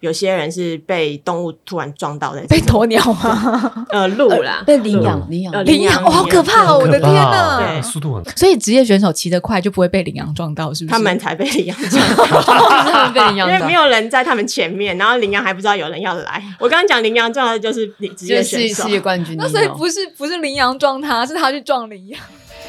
有些人是被动物突然撞到的， 被鸵鸟吗？ 鹿啦， 被领养好可怕哦！我的天哪， 对， 速度很快。 所以职业选手骑得快就不会被羚羊撞到，是不是？ 他们才被羚羊撞到， 他们被领养因为没有人在他们前面，然后羚羊还不知道有人要来。我刚刚讲羚羊撞的就是职业选手， 世界冠军。 那所以不是羚羊撞他，是他去撞羚羊。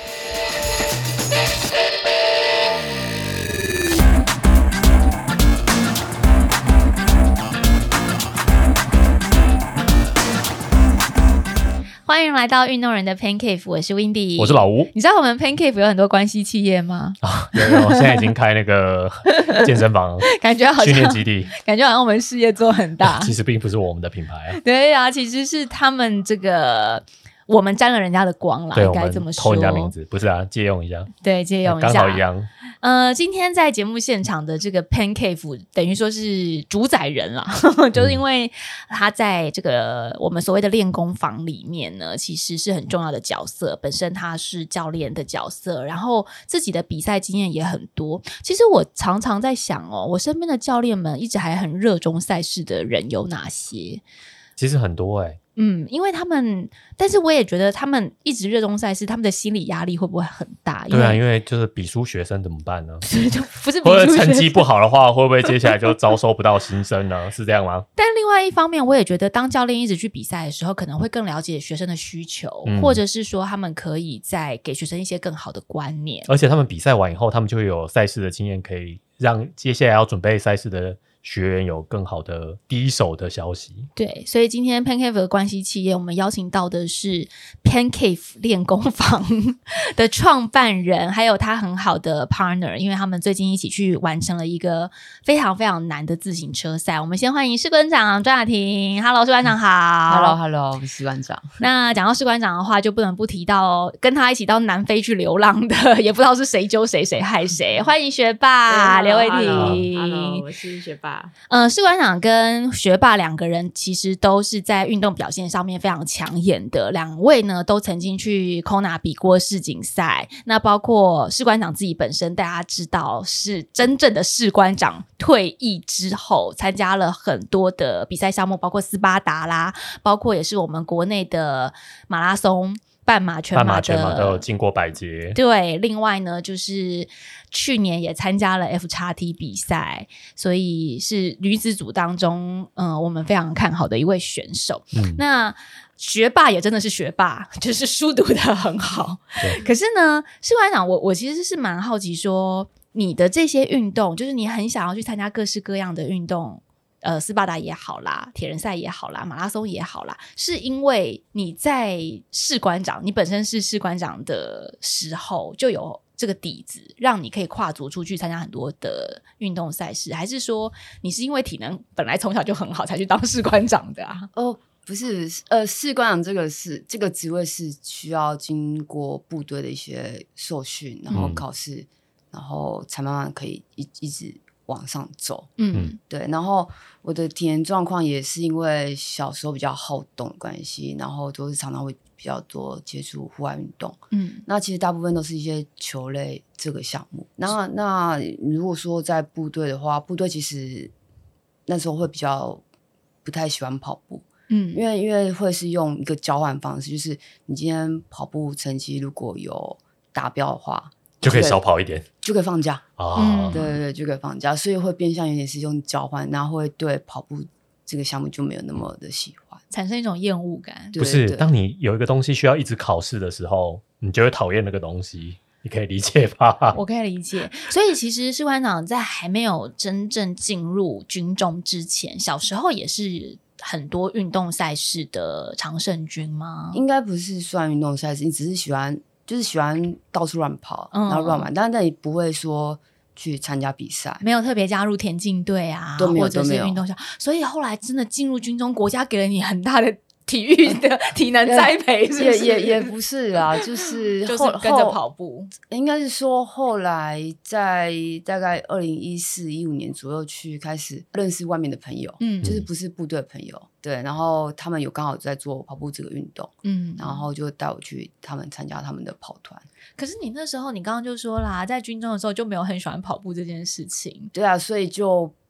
欢迎来到运动人的 Pancake， 我是 Windy， 我是老吴。 你知道我们 Pancake 有很多关系企业吗？ 有，现在已经开那个健身房， 感觉好像训练基地， 感觉好像我们事业做很大。 其实并不是我们的品牌。 对啊，其实是他们这个我们沾了人家的光啦，应该这么说。 偷人家名字不是啊，借用一下。 对，借用一下， 刚好一样。 今天在节目现场的这个 Pancake 等于说是主宰人啦，就是因为他在这个我们所谓的练功房里面呢，其实是很重要的角色。本身他是教练的角色，然后自己的比赛经验也很多。其实我常常在想哦，我身边的教练们一直还很热衷赛事的人有哪些？ 其实很多因为他们，但是我也觉得他们一直热衷赛事，他们的心理压力会不会很大？ 对啊，因为就是比输学生怎么办呢？ 不是比输学生， 或者成绩不好的话，会不会接下来就招收不到新生呢？是这样吗？ 但另外一方面，我也觉得当教练一直去比赛的时候，可能会更了解学生的需求，或者是说他们可以再给学生一些更好的观念。 而且他们比赛完以后，他们就会有赛事的经验，可以让接下来要准备赛事的学员有更好的第一手的消息。 对，所以今天 Pancake 的关系企业，我们邀请到的是 Pancake 练功房的创办人，还有他很好的 partner， 因为他们最近一起去完成了一个非常非常难的自行车赛。我们先欢迎士官长庄雅婷。Hello， 士官长好。 Hello， 我是士官长。 那讲到士官长的话，就不能不提到跟他一起到南非去流浪的，也不知道是谁揪谁，谁害谁。欢迎学霸刘伟婷。 Hello， 我是学霸。 士官长跟学霸两个人其实都是在运动表现上面非常抢眼的，两位呢都曾经去 Kona 比过世锦赛。那包括士官长自己本身，大家知道是真正的士官长退役之后，参加了很多的比赛项目，包括斯巴达啦，包括也是我们国内的马拉松。半马、全马都有进过100节。 对，另外呢，就是去年也参加了 FXT 比赛，所以是女子组当中，我们非常看好的一位选手。那学霸也真的是学霸，就是书读得很好。可是呢，士官长，我其实是蛮好奇说，你的这些运动，就是你很想要去参加各式各样的运动。斯巴达也好啦，铁人赛也好啦，马拉松也好啦，是因为你在士官长，你本身是士官长的时候就有这个底子，让你可以跨足出去参加很多的运动赛事，还是说你是因为体能本来从小就很好才去当士官长的啊？ 哦，不是，士官长这个职位是需要经过部队的一些受训，然后考试，然后才慢慢可以一直往上走。对，然后我的体能状况也是因为小时候比较好动的关系，然后都是常常会比较多接触户外运动。那其实大部分都是一些球类这个项目。那如果说在部队的话，部队其实那时候会比较不太喜欢跑步。因为会是用一个交换方式，就是你今天跑步成绩如果有达标的话， 就可以少跑一点， 就可以放假啊。 对，就可以放假，所以会变相有点是用交换，然后会对跑步这个项目就没有那么的喜欢， 产生一种厌恶感。 不是，当你有一个东西需要一直考试的时候，你就会讨厌那个东西。你可以理解吧？ 我可以理解。所以其实士官长在还没有真正进入军中之前，小时候也是很多运动赛事的常胜军吗？ 应该不是算运动赛事，你只是喜欢到处乱跑，然后乱玩，但你不会说去参加比赛， 没有特别加入田径队啊，或者是运动校。所以后来真的进入军中，国家给了你很大的体育的体能栽培，是不是？ 也不是啦，就是跟着跑步。 应该是说后来在大概2014-15年左右去开始认识外面的朋友，就是不是部队的朋友，对，然后他们有刚好在做跑步这个运动，然后就带我去他们参加他们的跑团。 可是你那时候你刚刚就说啦，在军中的时候就没有很喜欢跑步这件事情。 对啊，所以就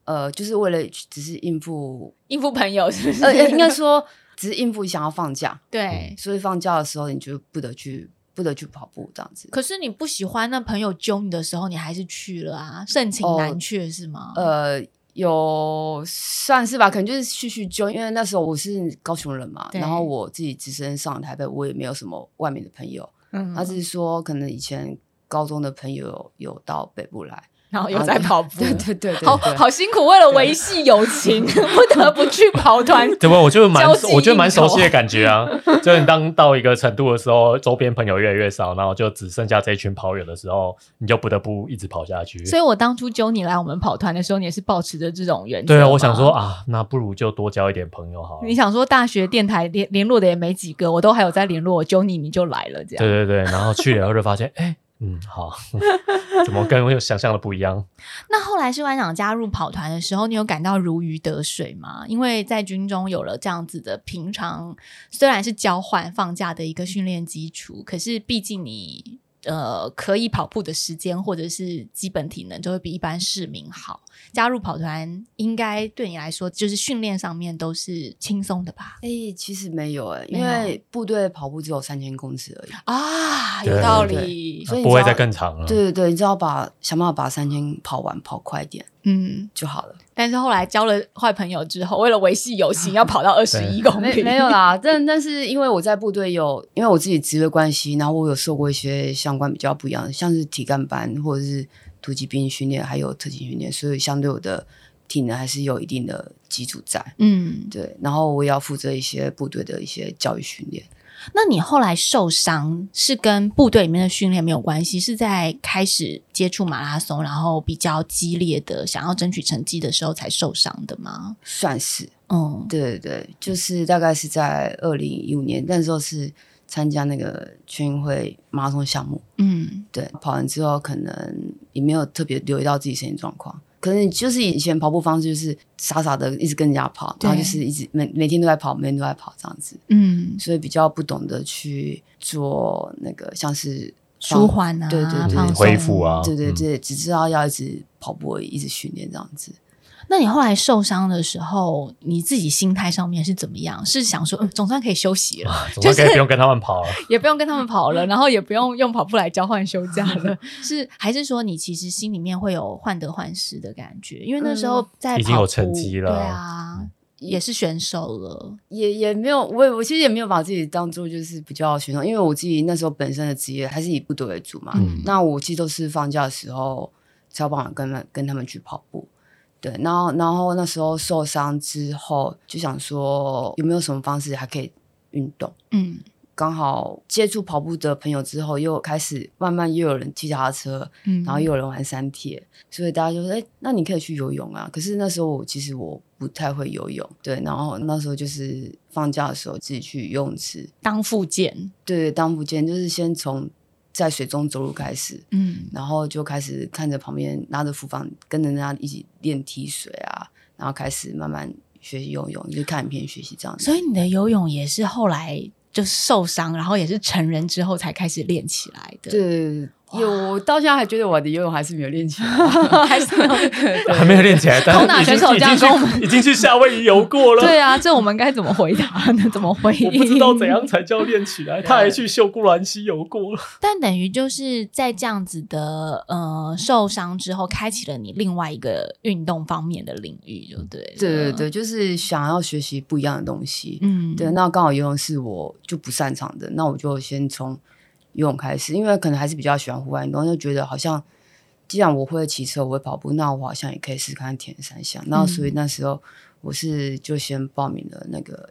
就是为了只是应付朋友是不是？ 应该说只是应付想要放假， 对， 所以放假的时候你就不得去跑步这样子。 可是你不喜欢那朋友揪你的时候，你还是去了啊，盛情难却是吗？ 有算是吧，可能就是叙旧，因为那时候我是高雄人嘛，然后我自己只身上台北，我也没有什么外面的朋友，那只是说可能以前高中的朋友有到北部来。 然后又在跑步， 对， 好辛苦，为了维系友情，不得不去跑团。 对吧？我觉得蛮熟悉的感觉啊。就是你当到一个程度的时候，周边朋友越来越少，然后就只剩下这一群跑友的时候，你就不得不一直跑下去。 所以我当初揪你来我们跑团的时候，你也是抱持着这种原则。 对啊，我想说啊，那不如就多交一点朋友好了。 你想说大学电台联络的也没几个，我都还有在联络，我揪你就来了这样。 对，然后去了以后就发现，好，怎么跟我想象的不一样？ 那后来士官长加入跑团的时候，你有感到如鱼得水吗？因为在军中有了这样子的平常虽然是交换放假的一个训练基础，可是毕竟你可以跑步的时间或者是基本体能就会比一般市民好。加入跑团应该对你来说就是训练上面都是轻松的吧？ 其实没有因为部队跑步只有3000公尺而已啊，有道理， 所以不会再更长了。 对，你只要想办法把3000跑完，跑快一点，就好了。 但是后来交了坏朋友之后，为了维系友情，要跑到21公里， 没有啦。但是因为我在部队因为我自己职业关系，然后我有受过一些相关比较不一样的，像是体干班或者是突击兵训练，还有特勤训练，所以相对我的体能还是有一定的基础在。对。然后我也要负责一些部队的一些教育训练。 那你后来受伤是跟部队里面的训练没有关系，是在开始接触马拉松，然后比较激烈的想要争取成绩的时候才受伤的吗？ 算是，对，就是大概是在2015年，那时候是参加那个全运会马拉松项目，对，跑完之后可能也没有特别留意到自己身体状况。可能就是以前跑步方式就是傻傻的一直跟人家跑，然后就是一直每天都在跑，每天都在跑这样子，所以比较不懂得去做那个像是舒缓啊， 对， 恢复啊， 对，只知道要一直跑步而已，一直训练这样子。 那你后来受伤的时候，你自己心态上面是怎么样？是想说，总算可以休息了， 总算可以不用跟他们跑了， 也不用跟他们跑了，然后也不用用跑步来交换休假了，还是说你其实心里面会有患得患失的感觉？因为那时候在跑步已经有成绩了， 对啊，也是选手了， 也没有，我其实也没有把自己当做就是比较选手，因为我自己那时候本身的职业还是以部队为主嘛，那我其实都是放假的时候才有办法跟他们去跑步。对，然后那时候受伤之后，就想说有没有什么方式还可以运动？刚好接触跑步的朋友之后，又开始慢慢又有人骑脚踏车，然后又有人玩三铁，所以大家就说：“那你可以去游泳啊！”可是那时候其实我不太会游泳，对，然后那时候就是放假的时候自己去游泳池当复健， 对，当复健就是先从在水中走路开始，然后就开始看着旁边拿着浮板跟着人家一起练踢水啊，然后开始慢慢学习游泳，就看影片学习这样子。 所以你的游泳也是后来就是受伤，然后也是成人之后才开始练起来的。 对，我到现在还觉得我的游泳还是没有练起来， 还是没有还没有练起来，但空打选手这样跟我们已经去夏威夷游过了。 对啊，这我们该怎么回答呢？怎么回应？ 我不知道怎样才叫练起来。他还去秀姑兰溪游过了。 但等于就是在这样子的受伤之后，开启了你另外一个运动方面的领域，就对了。 对，就是想要学习不一样的东西。对，那刚好游泳是我就不擅长的，那我就先从游泳开始，因为可能还是比较喜欢户外运动，就觉得好像既然我会骑车，我会跑步，那我好像也可以试看田三项。然后所以那时候我就先报名了那个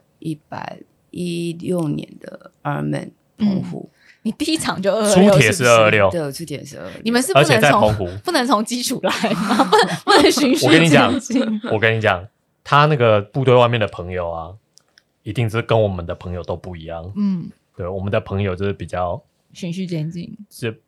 116年的 Ironman 澎湖。 你第一场就226， 出铁是226， 对，出铁是226。 你们是而且在澎湖不能从基础来吗？不能循序渐进。 我跟你讲，他那个部队外面的朋友啊，一定是跟我们的朋友都不一样。对，我们的朋友就是比较循序渐进， 是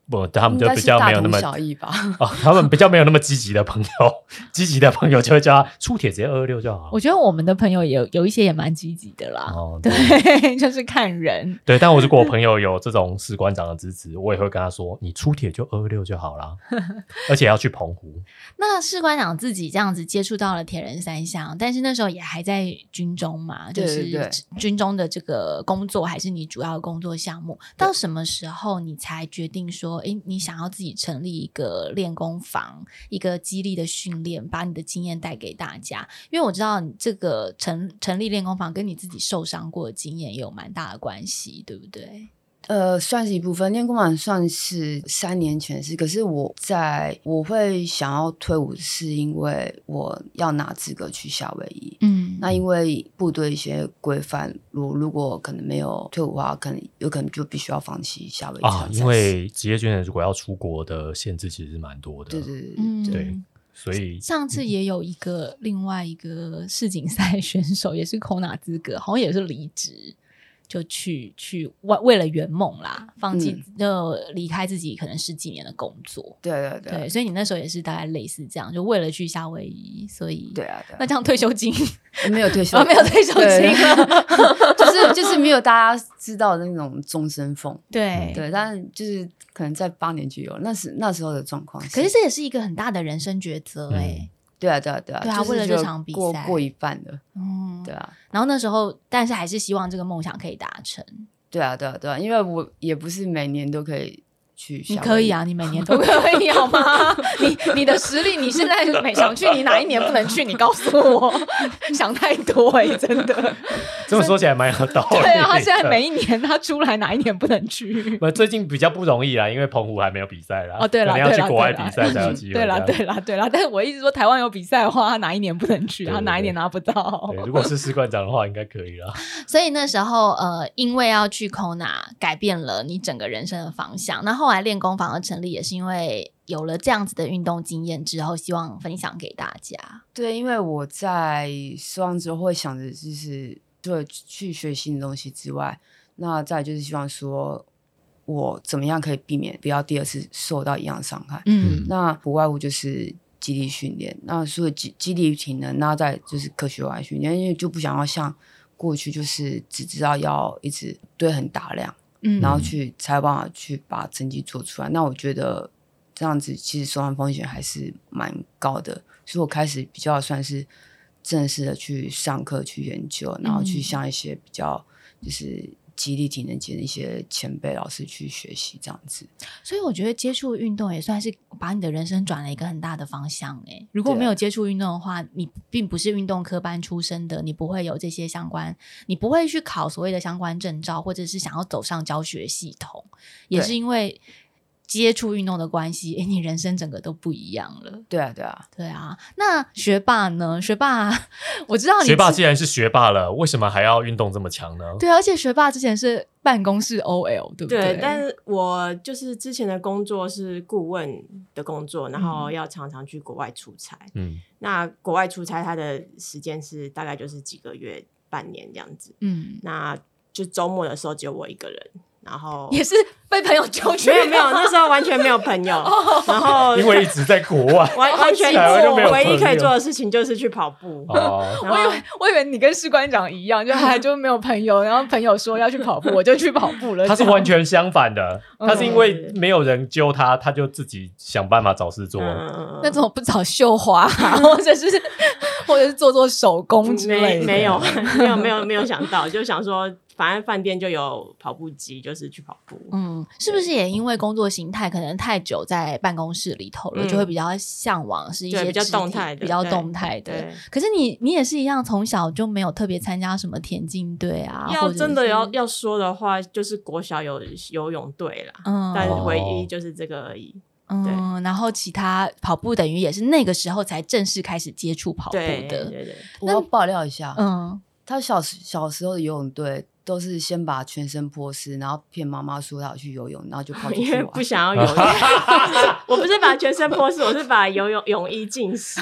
不，他们就比较没有那么应该是大同小异吧。 他们比较没有那么积极的朋友，积极的朋友就会叫他出铁直接226就好。 我觉得我们的朋友有一些也蛮积极的啦。对，就是看人。 对，但如果我朋友有这种士官长的资质，我也会跟他说，你出铁就226就好啦，而且要去澎湖。 那士官长自己这样子接触到了铁人三项，但是那时候也还在军中嘛，就是军中的这个工作还是你主要的工作项目。到什么时候你才决定说，你想要自己成立一个练功房，一个肌力的训练，把你的经验带给大家？因为我知道你这个成立练功房跟你自己受伤过的经验也有蛮大的关系，对不对？ 算是一部分，练功房算是3年前的事。可是我会想要退伍，是因为我要拿资格去夏威夷。那因为部队一些规范，如果可能没有退伍的话，有可能就必须要放弃夏威夷啊。 因为职业军人如果要出国的限制其实是蛮多的。对。所以上次也有另外一个世锦赛选手也是Kona资格，好像也是离职。就去为了圆梦啦，放弃就离开自己可能10几年的工作。 对， 所以你那时候也是大概类似这样，就为了去夏威夷，所以对。 那这样退休金没有退休， 没有退休金了，就是没有大家知道的那种终身俸。 对， 但就是可能在8年就有，那时候的状况。 可是这也是一个很大的人生抉择对啊， 为了这场比赛过一半了。对啊。 然后那时候，但是还是希望这个梦想可以达成。 对啊，因为我也不是每年都可以去夏威夷。 你可以啊，你每年都可以好吗？你的实力，你现在想去，你哪一年不能去？你告诉我，想太多真的。 这么说起来蛮有道理。 对啊，他现在每一年他出来哪一年不能去？ 最近比较不容易啦，因为澎湖还没有比赛啦。 对啦， 可能要去国外比赛才有机会。 对啦。但是我一直说台湾有比赛的话，他哪一年不能去？他哪一年拿不到？ 对，如果是士官长的话，应该可以啦。 所以那时候因为要去 Kona， 改变了你整个人生的方向。那后来练功房的成立也是因为有了这样子的运动经验之后，希望分享给大家。 对，因为我在受伤之后会想着就是除了去学新的东西之外，那再来就是希望说我怎么样可以避免不要第2次受到一样的伤害。那不外乎就是肌力训练，那所以肌力体能，那再就是科学化训练，因为就不想要像过去就是只知道要一直对很大量，然后才有办法去把成绩做出来。那我觉得这样子其实受伤风险还是蛮高的，所以我开始比较算是正式的去上课去研究，然后去向一些比较就是肌力体能界的一些前辈老师去学习这样子。 所以我觉得接触运动也算是把你的人生转了一个很大的方向如果没有接触运动的话，你并不是运动科班出身的，你不会有这些相关，你不会去考所谓的相关证照，或者是想要走上教学系统，也是因为接触运动的关系，你人生整个都不一样了。 对啊。 那学霸呢？学霸，我知道你学霸既然是学霸了，为什么还要运动这么强呢？ 对，而且学霸之前是办公室 OL， 对不对？ 对，但是我就是之前的工作是顾问的工作，然后要常常去国外出差。那国外出差它的时间是大概就是几个月、半年这样子。那就周末的时候只有我一个人。然后也是被朋友揪去， 没有，那时候完全没有朋友。然后因为一直在国外， 完全唯一可以做的事情就是去跑步。 我以为你跟士官长一样，就没有朋友，然后朋友说要去跑步，我就去跑步了。 他是完全相反的，他是因为没有人揪他，他就自己想办法找事做。 那怎么不找绣花或者是做手工之类的？ 没有想到，就想说反正饭店就有跑步机，就是去跑步。 是不是也因为工作形态可能太久在办公室里头了，就会比较向往是一些比较动态的。 可是你也是一样，从小就没有特别参加什么田径队啊？ 要真的要说的话，就是国小有游泳队啦，但唯一就是这个而已。 然后其他跑步等于也是那个时候才正式开始接触跑步的。 对， 我要爆料一下，他小时候的游泳队都是先把全身泼湿，然后骗妈妈说他要去游泳，然后就跑出去玩。 因为不想要游泳，我不是把全身泼湿，我是把游泳泳衣浸湿。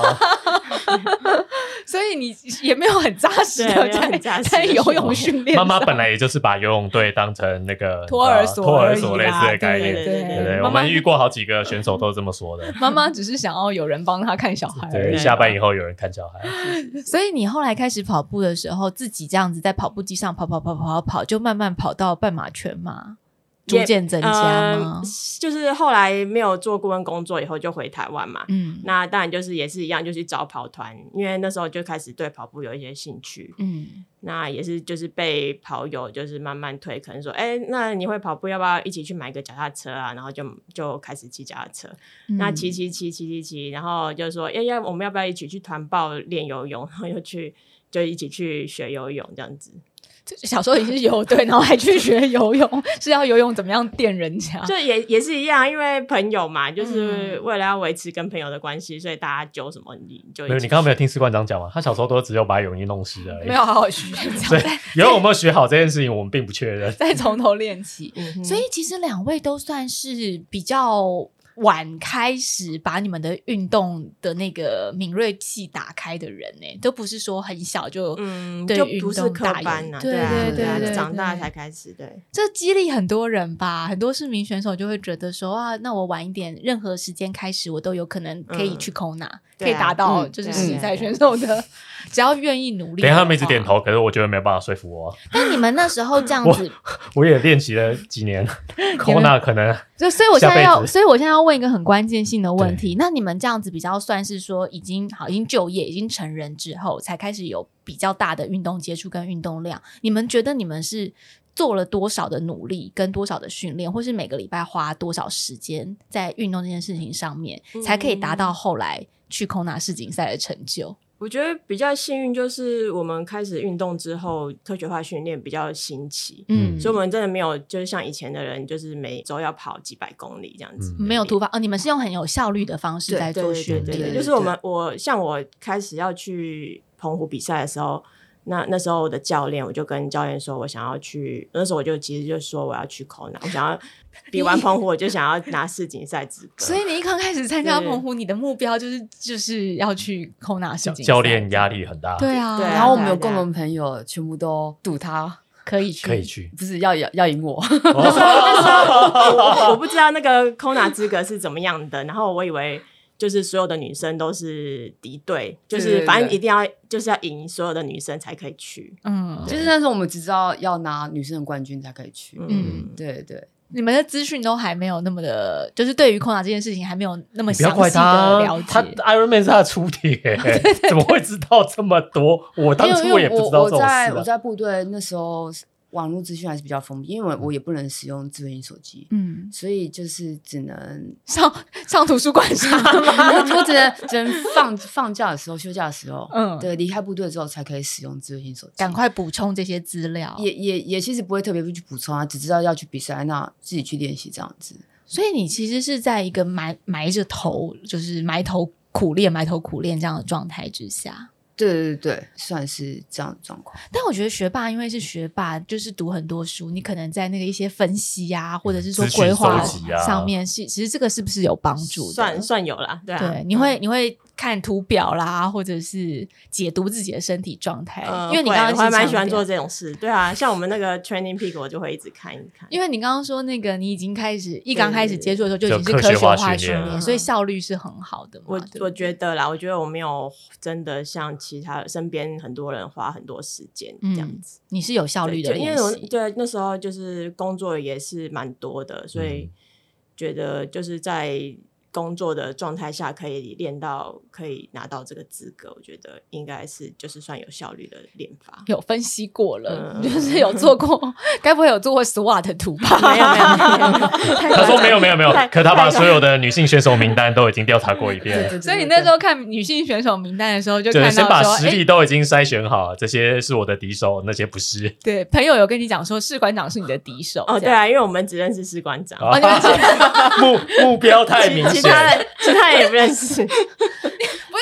所以你也没有很扎实的在游泳训练。 妈妈本来也就是把游泳队当成那个托儿所类似的概念。对，我们遇过好几个选手都是这么说的。 妈妈只是想要有人帮他看小孩而已， 对，下班以后有人看小孩。 所以你后来开始跑步的时候，自己这样子在跑步机上跑，就慢慢跑到半马全马。逐渐增加吗？ 就是后来没有做顾问工作以后就回台湾嘛，那当然就是也是一样，就去找跑团，因为那时候就开始对跑步有一些兴趣，那也是就是被跑友就是慢慢推坑说，那你会跑步要不要一起去买个脚踏车啊？然后就开始骑脚踏车，那骑，然后就说我们要不要一起去团报练游泳，然后就一起去学游泳这样子。 小时候已经是游队，然后还去学游泳，是要游泳怎么样电人家？ 就也是一样，因为朋友嘛，就是为了要维持跟朋友的关系，所以大家揪什么你就一起。 没有，你刚刚没有听士官长讲吗？他小时候都只有把泳衣弄湿而已， 没有好好学。 所以游泳有没有学好这件事情，我们并不确认。 再从头练起。所以其实两位都算是比较晚开始把你们的运动的那个敏锐器打开的人呢，都不是说很小就对运动就不是科班啊，对，长大才开始。对， 这激励很多人吧，很多市民选手就会觉得说那我晚一点，任何时间开始我都有可能可以去Kona，可以达到就是世锦赛选手的，只要愿意努力。 等一下他们一直点头，可是我觉得没有办法说服我。 但你们那时候这样子， 我也练习了几年，Kona可能所以我现在要问一个很关键性的问题，那你们这样子比较算是说已经就业已经成人之后才开始有比较大的运动接触跟运动量，你们觉得你们是做了多少的努力跟多少的训练，或是每个礼拜花多少时间在运动这件事情上面，才可以达到后来去Kona世锦赛的成就？ 我觉得比较幸运，就是我们开始运动之后，科学化训练比较兴起，所以我们真的没有就是像以前的人，就是每周要跑几百公里这样子， 没有突发你们是用很有效率的方式在做训练。 对，就是我开始要去澎湖比赛的时候，那时候我的教练，我就跟教练说我想要去，那时候我其实就说我要去Kona，我想要比完澎湖我就想要拿世锦赛资格。 所以你一刚开始参加澎湖，你的目标就是要去Kona世锦赛。 教练压力很大。 对啊， 然后我们有共同朋友全部都赌他可以去， 不是要赢我。 我不知道那个Kona资格是怎么样的，然后我以为就是所有的女生都是敌对，就是反正一定要就是要赢所有的女生才可以去。 就是那时候我们只知道要拿女生的冠军才可以去。对。 你们的资讯都还没有那么的，就是对于Kona这件事情还没有那么详细的了解。 他 Ironman 是他的出铁，怎么会知道这么多？我当初也不知道这种事。 我在部队那时候网络资讯还是比较封闭，因为我也不能使用智慧型手机，所以就是只能上图书馆上我只能放假的时候、休假的时候，对，离开部队之后才可以使用智慧型手机， 赶快补充这些资料。 也其实不会特别去补充啊，只知道要去比赛，那自己去练习这样子。 所以你其实是在一个埋着头，就是埋头苦练这样的状态之下。 对，算是这样的状况。 但我觉得学霸因为是学霸，就是读很多书，你可能在那个一些分析啊，或者是说规划上面其实这个是不是有帮助的？ 算有啦，对啊。 对，你会看图表啦，或者是解读自己的身体状态。因为你刚刚我还蛮喜欢做这种事。对啊，像我们那个 Training Peak 我就会一直看一看。 因为你刚刚说那个你已经刚开始接触的时候就已经是科学化训练，所以效率是很好的嘛。 我觉得啦，我觉得我没有真的像其他身边很多人花很多时间这样子。 你是有效率的练习。 因为对那时候就是工作也是蛮多的，所以觉得就是在工作的状态下可以练到可以拿到这个资格，我觉得应该是就是算有效率的练法。 有分析过了，就是有做过，该不会有做过 SWOT 图吧？ 没有。 他说没有，可他把所有的女性选手名单都已经调查过一遍。 所以你那时候看女性选手名单的时候，就看到说， 先把实力都已经筛选好，这些是我的敌手，那些不是。 对，朋友有跟你讲说，士官长是你的敌手。 对啊，因为我们只认识士官长， 目标太明显。 其他人也不认识。 不认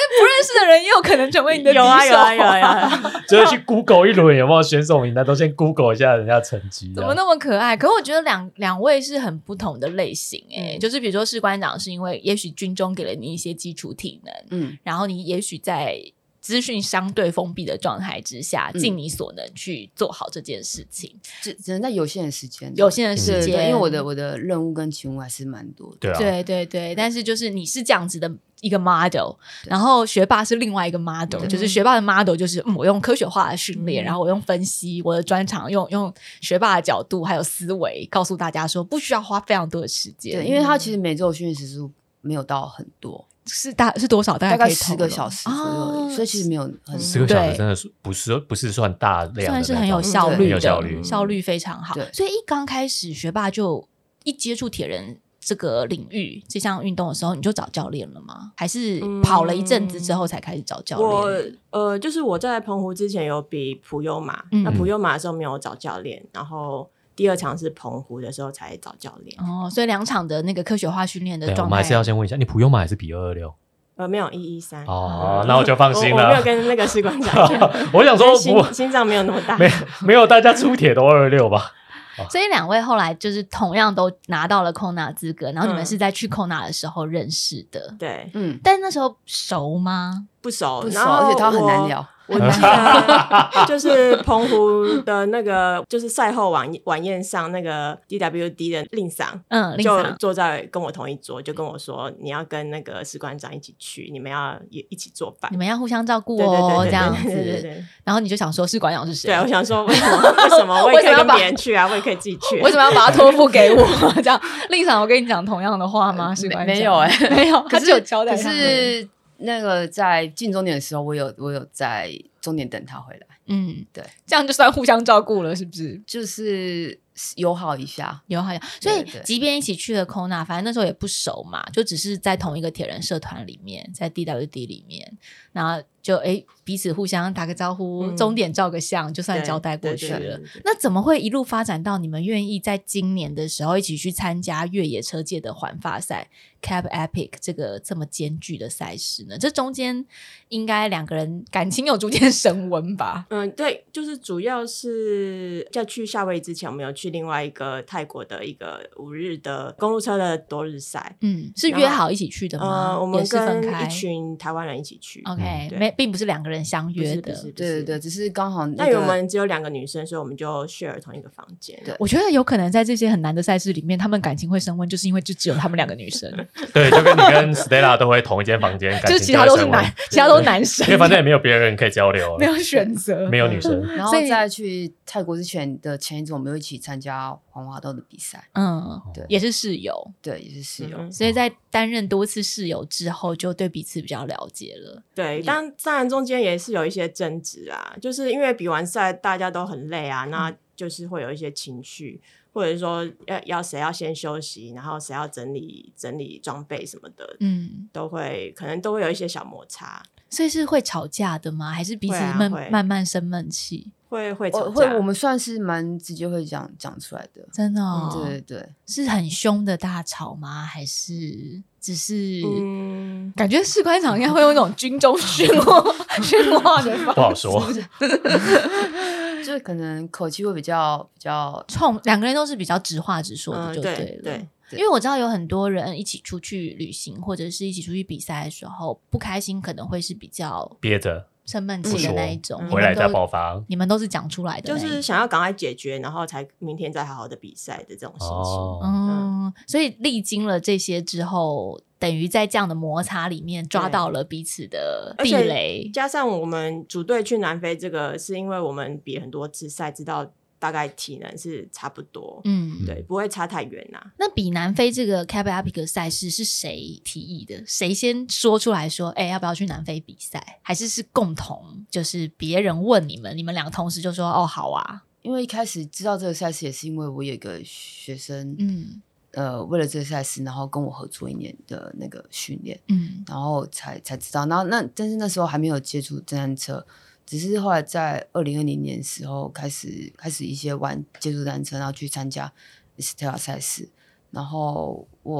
识的人也有可能成为你的敌手。 有啊， 就是去 Google 一轮有没有选手名单，都先 Google 一下人家成绩。 怎么那么可爱？可我觉得两位是很不同的类型就是比如说士官长是因为也许军中给了你一些基础体能，然后你也许在资讯相对封闭的状态之下，尽你所能去做好这件事情， 只能在有限的时间， 因为我的任务跟勤务还是蛮多的。 对，但是就是你是这样子的一个 model， 然后学霸是另外一个 model， 就是学霸的 model 就是我用科学化的训练，然后我用分析我的专长，用学霸的角度还有思维告诉大家说不需要花非常多的时间。 对，因为他其实每周的训练时数没有到很多。 是多少？大概10个小时左右，所以其实没有很 10个小时，真的不是算大量的， 算是很有效率的， 效率非常好。所以一刚开始学霸就一接触铁人这个领域这项运动的时候，你就找教练了吗？还是跑了一阵子之后才开始找教练？ 就是我在澎湖之前有比普悠玛，那普悠玛的时候没有找教练，然后第二场是澎湖的时候才找教练。 所以2场的那个科学化训练的状态， 我们还是要先问一下，你普悠玛还是比226？ 没有113。 那我就放心了。 我没有跟那个士官长我想说心脏没有那么大， 没有大家出铁都226吧。 所以2位后来就是同样都拿到了 Kona 资格，然后你们是在去 Kona 的时候认识的。 对， 但那时候熟吗？ 不熟， 而且他很难聊。 我记得就是澎湖的那个，就是赛后晚宴上那个 DWD 的令桑，就坐在跟我同一桌，就跟我说你要跟那个士官长一起去，你们要也一起作伴， 你们要互相照顾哦，这样子。 对。 然后你就想说士官长是谁？ 对，我想说为什么我也可以跟别人去啊，我也可以自己去， 为什么要把他托付给我？这样，令桑，我跟你讲同样的话吗？士官长没有没有，他只有交代。 可是那个在进终点的时候，我有在终点等他回来。对， 这样就算互相照顾了，是不是？ 就是友好一下。 所以即便一起去了 Kona， 反正那时候也不熟嘛，就只是在同一个铁人社团里面，在 DWD 里面，然后就彼此互相打个招呼，终点照个相，就算交代过去了。那怎么会一路发展到你们愿意在今年的时候一起去参加越野车界的环法赛 Cap Epic 这么艰巨的赛事呢？这中间应该2个人感情有逐渐升温吧？ 对，就是主要是在去夏威夷之前，我们有去另外一个泰国的一个5日的公路车的多日赛。 是约好一起去的吗？ 我们跟一群台湾人一起去。 OK，并不是2个人相约的。 对，只是刚好那因为我们只有2个女生，所以我们就 share 同一个房间。 对，我觉得有可能在这些很难的赛事里面，他们感情会升温，就是因为就只有他们2个女生。 对，就跟你跟 Stella 都会同一间房间， 就是其他都是男生， 因为反正也没有别人可以交流， 没有选择， 没有女生。 然后在去泰国之前的前一周，我们又一起参加黄花豆的比赛。 对，也是室友。 对，也是室友。 所以在担任多次室友之后，就对彼此比较了解了。 对，当然中间也是有一些争执啊，就是因为比完赛大家都很累啊，那就是会有一些情绪，或者说要谁要先休息，然后谁要整理装备什么的，可能都会有一些小摩擦。 所以是会吵架的吗？还是彼此慢慢生闷气？ 会吵架。 我们算是蛮直接会讲出来的。 真的哦？ 对， 是很凶的大吵吗？还是只是感觉士官长应该会用那种军中训话的方式， 不好说。 就可能口气会比较冲，2个人都是比较直话直说的，就对了。 对， 因为我知道有很多人一起出去旅行，或者是一起出去比赛的时候，不开心可能会是比较憋着、 生闷气的那一种， 回来再爆发。 你们都是讲出来的， 就是想要赶快解决，然后才明天再好好的比赛的这种心情。 所以历经了这些之后，等于在这样的摩擦里面抓到了彼此的地雷。 加上我们组队去南非，这个是因为我们比很多次赛，知道大概体能是差不多，对，不会差太远啊。 那比南非这个 Cap Epic 赛事是谁提议的？谁先说出来说，要不要去南非比赛？还是共同，就是别人问你们2个同时就说哦好啊？ 因为一开始知道这个赛事也是因为我有一个学生，为了这个赛事，然后跟我合作1年的那个训练，然后才知道。然后但是那时候还没有接触登山车。只是后来在2020年的时候开始一些接触单车，然后去参加 Stella 赛事。然后我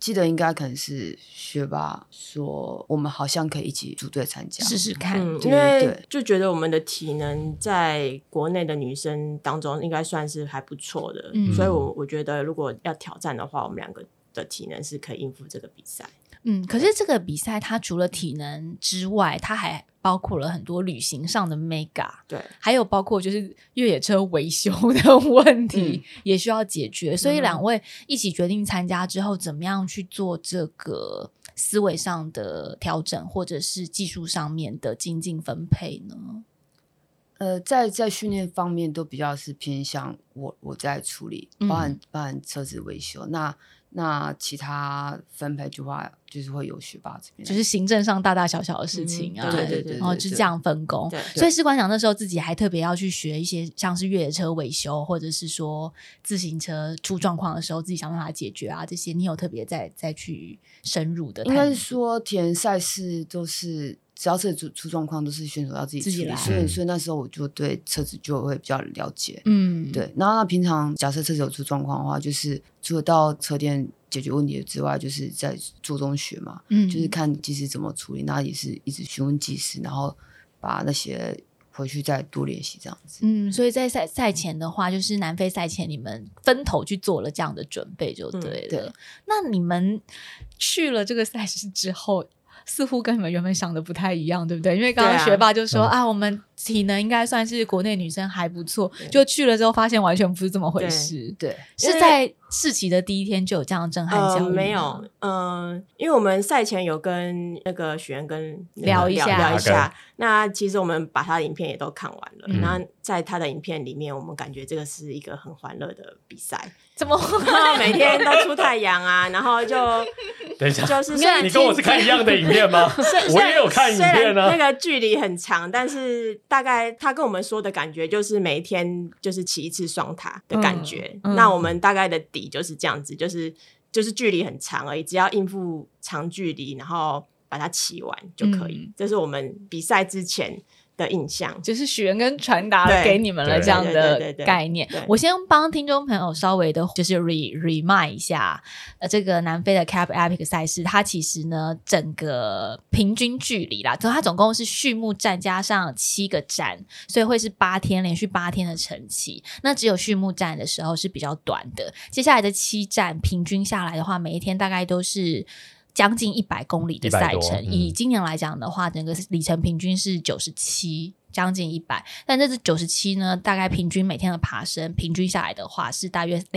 记得应该可能是学霸说我们好像可以一起组队参加试试看， 因为就觉得我们的体能在国内的女生当中应该算是还不错的，所以我觉得如果要挑战的话，我们2个的体能是可以应付这个比赛。 可是这个比赛它除了体能之外，它还包括了很多旅行上的 mega， 对， 还有包括就是越野车维修的问题也需要解决，所以2位一起决定参加之后，怎么样去做这个思维上的调整，或者是技术上面的精进分配呢？ 在训练方面都比较是偏向我在处理，包含车子维修，那其他分配就是会有学霸这边， 就是行政上大大小小的事情啊， 对， 然后就这样分工。所以士官长那时候自己还特别要去学一些像是越野车维修，或者是说自行车出状况的时候自己想办法解决啊，这些你有特别再去深入的？ 应该是说体能赛事都是只要车子出状况都是选手要自己处理，所以那时候我就对车子就会比较了解。对。然后平常假设车子有出状况的话，就是除了到车店解决问题之外，就是在做中学嘛，就是看技师怎么处理，那也是一直询问技师，然后把那些回去再多练习这样子。 所以在赛前的话，就是南非赛前你们分头去做了这样的准备就对了。 对。 那你们去了这个赛事之后，似乎跟你们原本想的不太一样，对不对？因为刚刚学霸就说我们体能应该算是国内女生还不错，就去了之后发现完全不是这么回事。 对， 是在试骑的第一天就有这样的震撼教育吗？ 没有，因为我们赛前有跟那个许愿跟聊一下， 那其实我们把他的影片也都看完了，那在他的影片里面，我们感觉这个是一个很欢乐的比赛。 怎么每天都出太阳啊，然后就等一下， 就是你跟我是看一样的影片吗？我也有看影片啊。 那个距离很长，但是大概他跟我们说的感觉就是每一天就是骑一次双塔的感觉。那我们大概的底就是这样子，就是距离很长而已，只要应付长距离，然后把它骑完就可以。这是我们比赛之前的印象， 就是许愿跟传达给你们了这样的概念。我先帮听众朋友稍微的就是 remind 一下这个南非的 Cap Epic 赛事，它其实呢整个平均距离啦，它总共是序幕站加上7个站，所以会是连续8天的晨骑。那只有序幕站的时候是比较短的，接下来的7站平均下来的话，每一天大概都是将近100公里的赛程，以今年来讲的话，整个里程平均是97，将近100，但这是97呢，大概平均每天的爬升平均下来的话是大约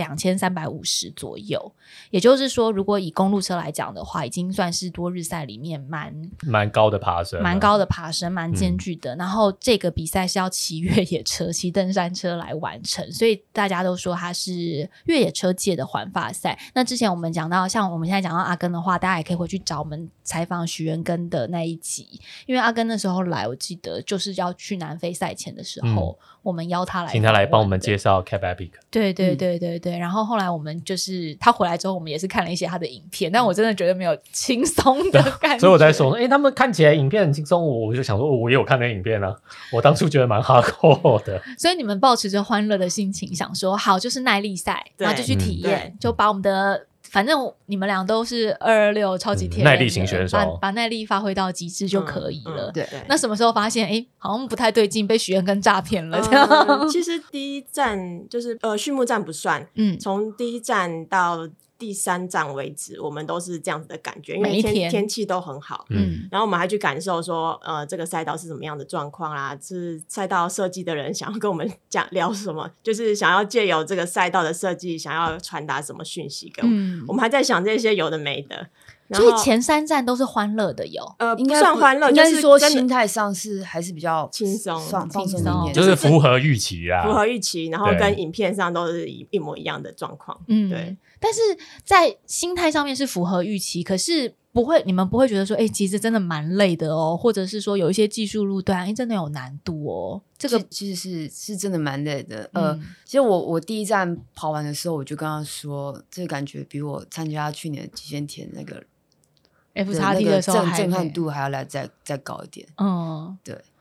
2350左右。也就是说，如果以公路车来讲的话，已经算是多日赛里面蛮高的爬升，蛮艰巨的。然后这个比赛是要骑越野车、骑登山车来完成，所以大家都说它是越野车界的环法赛。那之前我们讲到，像我们现在讲到阿根的话，大家也可以回去找我们采访许元根的那一集，因为阿根那时候来，我记得就是要去南非赛前的时候，我们邀他来， 请他来帮我们介绍 Cap Epic。 对，然后后来我们就是他回来之后，我们也是看了一些他的影片，但我真的觉得没有轻松的感觉。 所以我在说，他们看起来影片很轻松，我就想说，我也有看那影片啊，我当初觉得蛮 hardcore 的。 所以你们抱持着欢乐的心情，想说好就是耐力赛，然后就去体验，就把我们的。反正你们俩都是226超级铁人， 耐力型选手， 把耐力发挥到极致就可以了。 对。 那什么时候发现好像不太对劲，被许愿跟诈骗了这样？ 其实第一站就是序幕站不算，从第一站到第3站为止，我们都是这样子的感觉，因为天气都很好，然后我们还去感受说这个赛道是什么样的状况啦，是赛道设计的人想要跟我们聊什么，就是想要借由这个赛道的设计想要传达什么讯息给我们，我们还在想这些有的没的。 所以前3站都是欢乐的不算欢乐， 应该是说心态上还是比较轻松放松一点， 就是符合预期啦， 然后跟影片上都是一模一样的状况。对。 但是在心态上面是符合预期，可是你们不会觉得说其实真的蛮累的哦，或者是说有一些技术路段真的有难度哦。这个其实是真的蛮累的。其实我第一站跑完的时候，我就跟他说，这个感觉比我参加去年极限田那个 FXT 的时候震撼度还要来再高一点。 嗯， 对。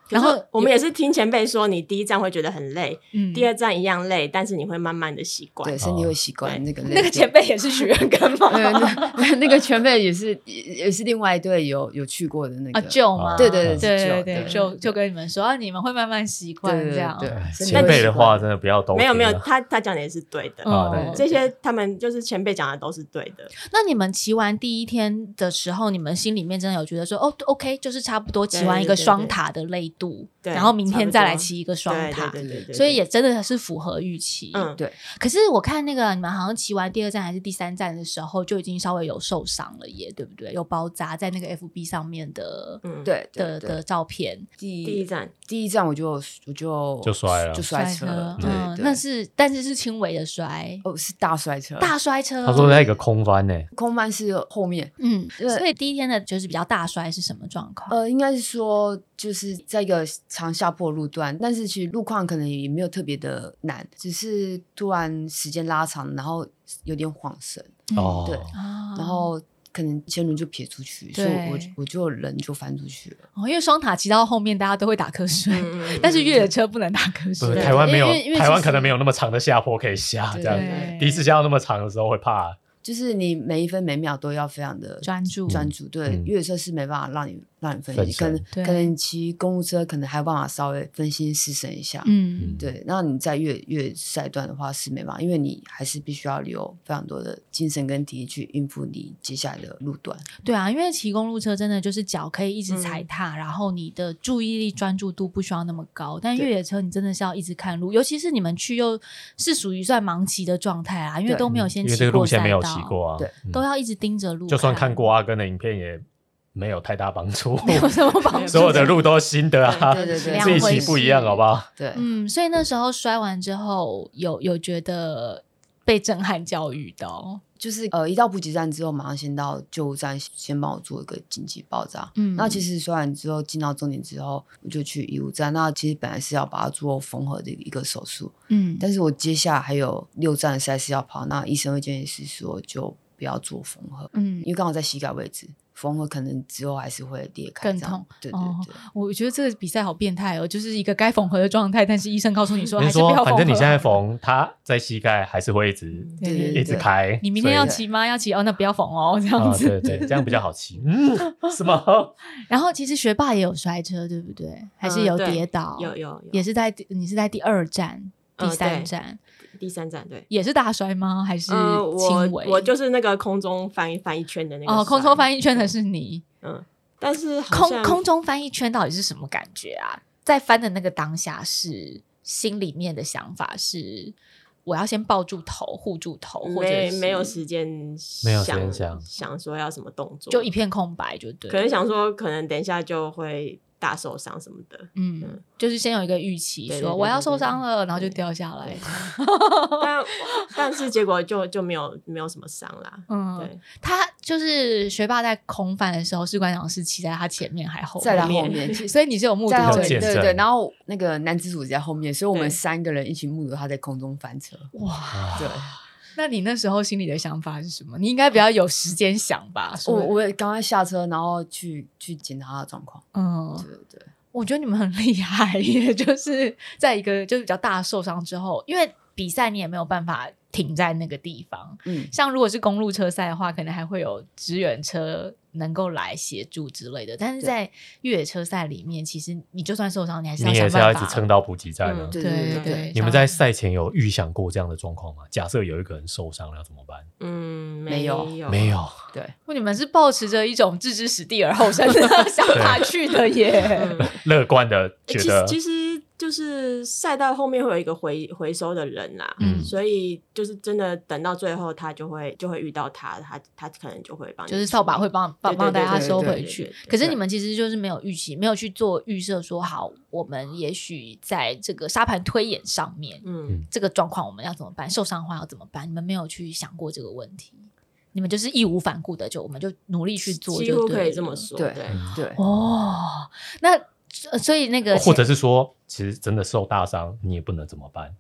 然后我们也是听前辈说，你第一站会觉得很累，第二站一样累，但是你会慢慢的习惯， 对，身体会习惯那个累。 那个前辈也是许愿根吗？ 那个前辈也是另外一队有去过的那个舅吗？ 对， 就跟你们说你们会慢慢习惯这样。 对， 前辈的话真的不要都没有，他讲的也是对的，这些他们就是前辈讲的都是对的。 那你们骑完第一天的时候，你们心里面真的有觉得说OK， 就是差不多骑完一个双塔的累度，然后明天再来骑一个双塔，所以也真的是符合预期。 对。 可是我看那个你们好像骑完第二站还是第三站的时候，就已经稍微有受伤了耶，对不对？有包扎在那个 FB 上面的，的照片。 第一站我就摔了， 就摔车了。 那是但是轻微的摔， 是大摔车。 大摔车。 他说那个空翻呢， 空翻是后面。 所以第一天的就是比较大摔是什么状况？ 应该是说就是在一个长下坡路段，但是其实路况可能也没有特别的难，只是突然时间拉长，然后有点晃神。对，然后可能前轮就撇出去，所以我就人就翻出去了。 因为双塔骑到后面大家都会打瞌睡，但是越野车不能打瞌睡。 台湾没有，台湾可能没有那么长的下坡可以下，这样第一次下到那么长的时候会怕。 就是你每一分每秒都要非常的专注， 对，越野车是没办法让你分心，可能骑公路车可能还有办法稍微分心失神一下，对。那你在越野赛段的话是没办法，因为你还是必须要留非常多的精神跟体力去应付你接下来的路段。 对啊，因为骑公路车真的就是脚可以一直踩踏，然后你的注意力专注度不需要那么高，但越野车你真的是要一直看路，尤其是你们去又是属于算盲骑的状态啊，因为都没有先骑过赛道， 对， 都要一直盯着路， 就算看过阿根的影片也没有太大帮助， 没有什么帮助， 所有的路都是新的啊， 对， 自己骑不一样，好不好？ 对， 所以那时候摔完之后，有觉得被震撼教育到， 就是一到补给站之后，马上先到救护站，先帮我做一个紧急包扎。那其实摔完之后进到终点之后，我就去医务站。那其实本来是要把它做缝合的一个手术，但是我接下来还有6站的赛事要跑，那医生会建议是说就不要做缝合，因为刚好在膝盖位置，缝合可能之后还是会裂开， 更痛。 对， 我觉得这个比赛好变态哦，就是一个该缝合的状态，但是医生告诉你说还是不要缝合。 反正你现在缝，它在膝盖还是会一直开。 你明天要骑吗？要骑那不要缝哦，这样子。 对，这样比较好骑。是吗？ 然后其实学霸也有摔车，对不对？还是有跌倒？ 有， 也是你是在第2站、第3站。 第3站对， 也是大摔吗？还是轻微？ 我就是那个空中翻一圈的那个。 空中翻一圈的是你。 但是空中翻一圈到底是什么感觉啊？在翻的那个当下是心里面的想法是我要先抱住头护住头，或者没有时间想说要什么动作， 就一片空白就对。 可能想说可能等一下就会大受伤什么的， 就是先有一个预期说我要受伤了，然后就掉下来。 但是结果就没有什么伤啦。对， 他就是学霸在空翻的时候，士官长是骑在他前面还后面？ 在他后面， 所以你是有目睹者， 对。然后那个男子组在后面，所以我们3个人一起目睹他在空中翻车。 哇， 对。 那你那时候心里的想法是什么？你应该比较有时间想吧？ 我刚刚下车，然后去检查他的状况。对。 我觉得你们很厉害，也就是在一个就是比较大的受伤之后，因为比赛你也没有办法停在那个地方。像如果是公路车赛的话，可能还会有支援车能够来协助之类的，但是在越野车赛里面，其实你就算受伤，你还是要想办法， 你也是要一直撑到补给站的。 对。 你们在赛前有预想过这样的状况吗？假设有一个人受伤了要怎么办？ 没有。 对，你们是抱持着一种置之死地而后生的想法去的耶， 乐观的觉得。 其实就是赛道后面会有一个回收的人啦，所以就是真的等到最后他就会遇到他可能就会帮你， 就是扫把会帮大家收回去。可是你们其实就是没有预期，没有去做预设说好我们也许在这个沙盘推演上面这个状况我们要怎么办，受伤的话要怎么办，你们没有去想过这个问题，你们就是义无反顾的我们就努力去做， 几乎可以这么说。对那所以那个或者是说其实真的受大伤你也不能怎么办，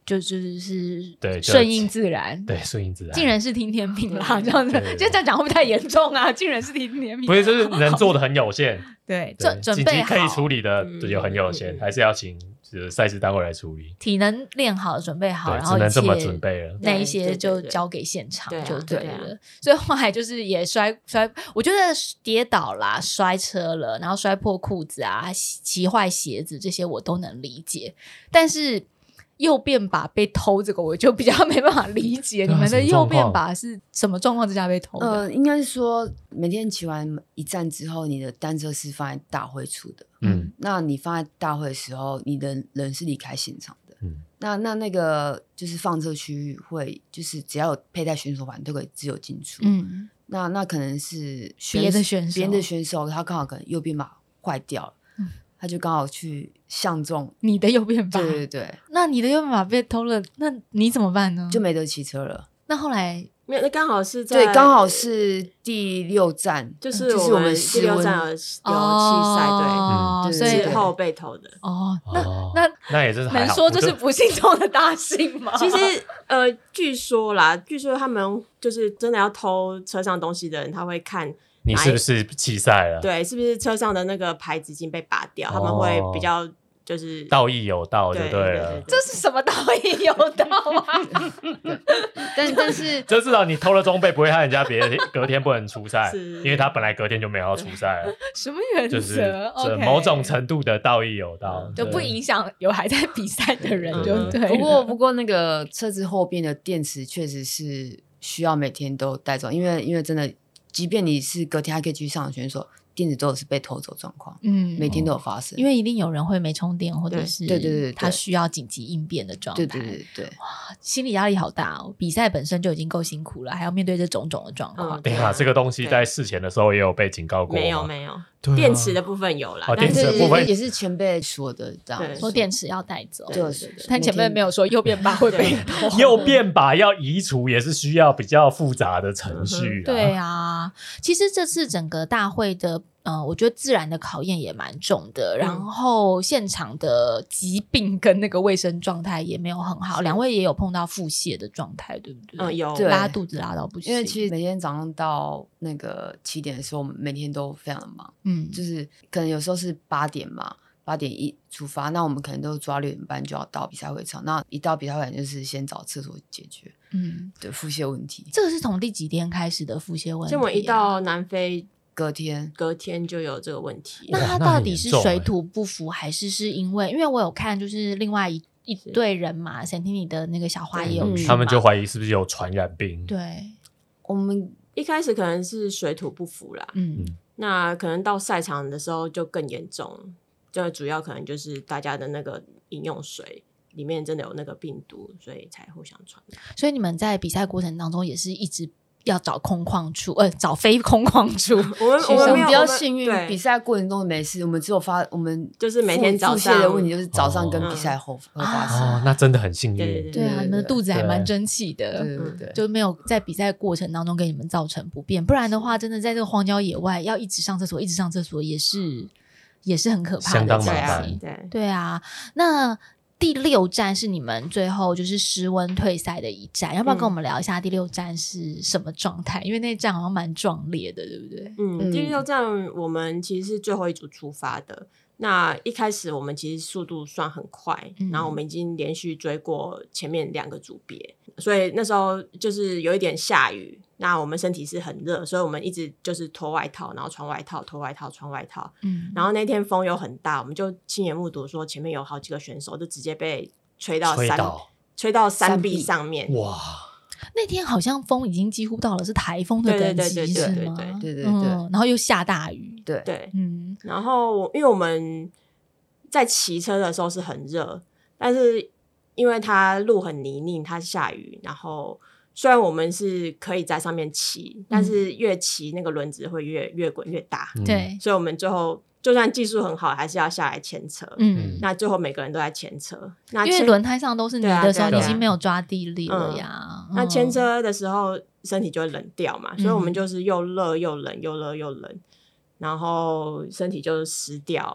就是对顺应自然， 对，顺应自然， 尽人事听天命啦，这样子，就这样讲会不会太严重啊？尽人事听天命， 不是，就是能做的很有限， 对，准紧备好急可以处理的有很有限，还是要请赛事单位来处理， 体能练好准备好，然后只能这么准备了， 那一些就交给现场就对了。 对啊， 所以后来就是也摔，我觉得跌倒啦、摔车了，然后摔破裤子啊、骑坏鞋子这些我都能理解，但是右便把被偷这个我就比较没办法理解，你们的右便把是什么状况之下被偷的？ 应该是说每天骑完一站之后，你的单车是放在大会处的，那你放在大会的时候，你的人是离开现场的，那个就是放车区域会就是只要有佩戴选手环都可以自由进出，那可能是别的选手他刚好可能右边把坏掉了，他就刚好去相中你的右边把， 对， 那你的右边把被偷了，那你怎么办呢？ 就没得骑车了。 那后来没有，那刚好是对，刚好是第6站， 就是我们第6站有弃赛， 所以之后被偷的。 那也是能说这是不幸中的大幸吗？ 其实据说他们就是真的要偷车上东西的人，他会看你是不是弃赛了， 对，是不是车上的那个牌子已经被拔掉，他们会比较就是道义有道就对了。 这是什么道义有道啊？ 但是就至少你偷了装备不会害人家隔天不能出赛，因为他本来隔天就没有要出赛了。 什么原则？ 就是某种程度的道义有道， 就不影响有还在比赛的人就对。 不过那个车子后边的电池确实是需要每天都带走，因为真的，即便你是隔天还可以继续上的选手，电池都是被偷走状况，每天都有发生， 因为一定有人会没充电，或者是对他需要紧急应变的状态， 对， 哇，心理压力好大哦！比赛本身就已经够辛苦了，还要面对这种种的状况。 对啊，这个东西在事前的时候也有被警告过吗？ 没有，电池的部分有啦， 电池的部分也是前辈说的，这样说电池要带走， 对， 但前辈没有说右边把会被偷， 右边把要移除也是需要比较复杂的程序。 对啊，其实这次整个大会的。我觉得自然的考验也蛮重的，然后现场的疾病跟那个卫生状态也没有很好，两位也有碰到腹泻的状态，对不对？ 有拉肚子拉到不行。 因为其实每天早上到那个7点的时候，我们每天都非常的忙，就是可能有时候是8点嘛，8点一出发，那我们可能都抓6点半就要到比赛会场，那一到比赛会场就是先找厕所解决，对腹泻问题。 这个是从第几天开始的腹泻问题？ 就我一到南非。 隔天就有这个问题。 那他到底是水土不服，还是因为我有看，就是另外一队人嘛，Santini的那个小花也有去嘛， 他们就怀疑是不是有传染病。 对， 我们一开始可能是水土不服啦，那可能到赛场的时候就更严重，就主要可能就是大家的那个饮用水里面真的有那个病毒，所以才互相传染。 所以你们在比赛过程当中也是一直要找空旷处，找非空旷处。 我们比较幸运，比赛过程中没事，我们只有我们就是每天早上的问题，就是早上跟比赛后会发生。 那真的很幸运。 对啊，你们的肚子还蛮争气的， 对， 就没有在比赛过程当中给你们造成不便。不然的话，真的在这个荒郊野外要一直上厕所，也是很可怕的， 相当麻烦。 对啊，那。第6站是你们最后就是失温退赛的一站，要不要跟我们聊一下第6站是什么状态？因为那站好像蛮壮烈的，对不对？ 第6站我们其实是最后一组出发的。那一开始我们其实速度算很快，然后我们已经连续追过前面2个组别，所以那时候就是有一点下雨，那我们身体是很热，所以我们一直就是脱外套，然后穿外套，脱外套，穿外套。然后那天风又很大，我们就亲眼目睹说前面有好几个选手就直接被吹到山壁上面。 哇！ 那天好像风已经几乎到了是台风的等级，是吗？ 对， 然后又下大雨， 对， 然后因为我们在骑车的时候是很热，但是因为它路很泥泞，它下雨，然后虽然我们是可以在上面骑，但是越骑那个轮子会越滚越大， 对， 所以我们最后就算技术很好，还是要下来牵车。那最后每个人都在牵车，那因为轮胎上都是泥的时候，你已经没有抓地力了呀。 那牵车的时候身体就会冷掉嘛，所以我们就是又热又冷，又热又冷，然后身体就湿掉，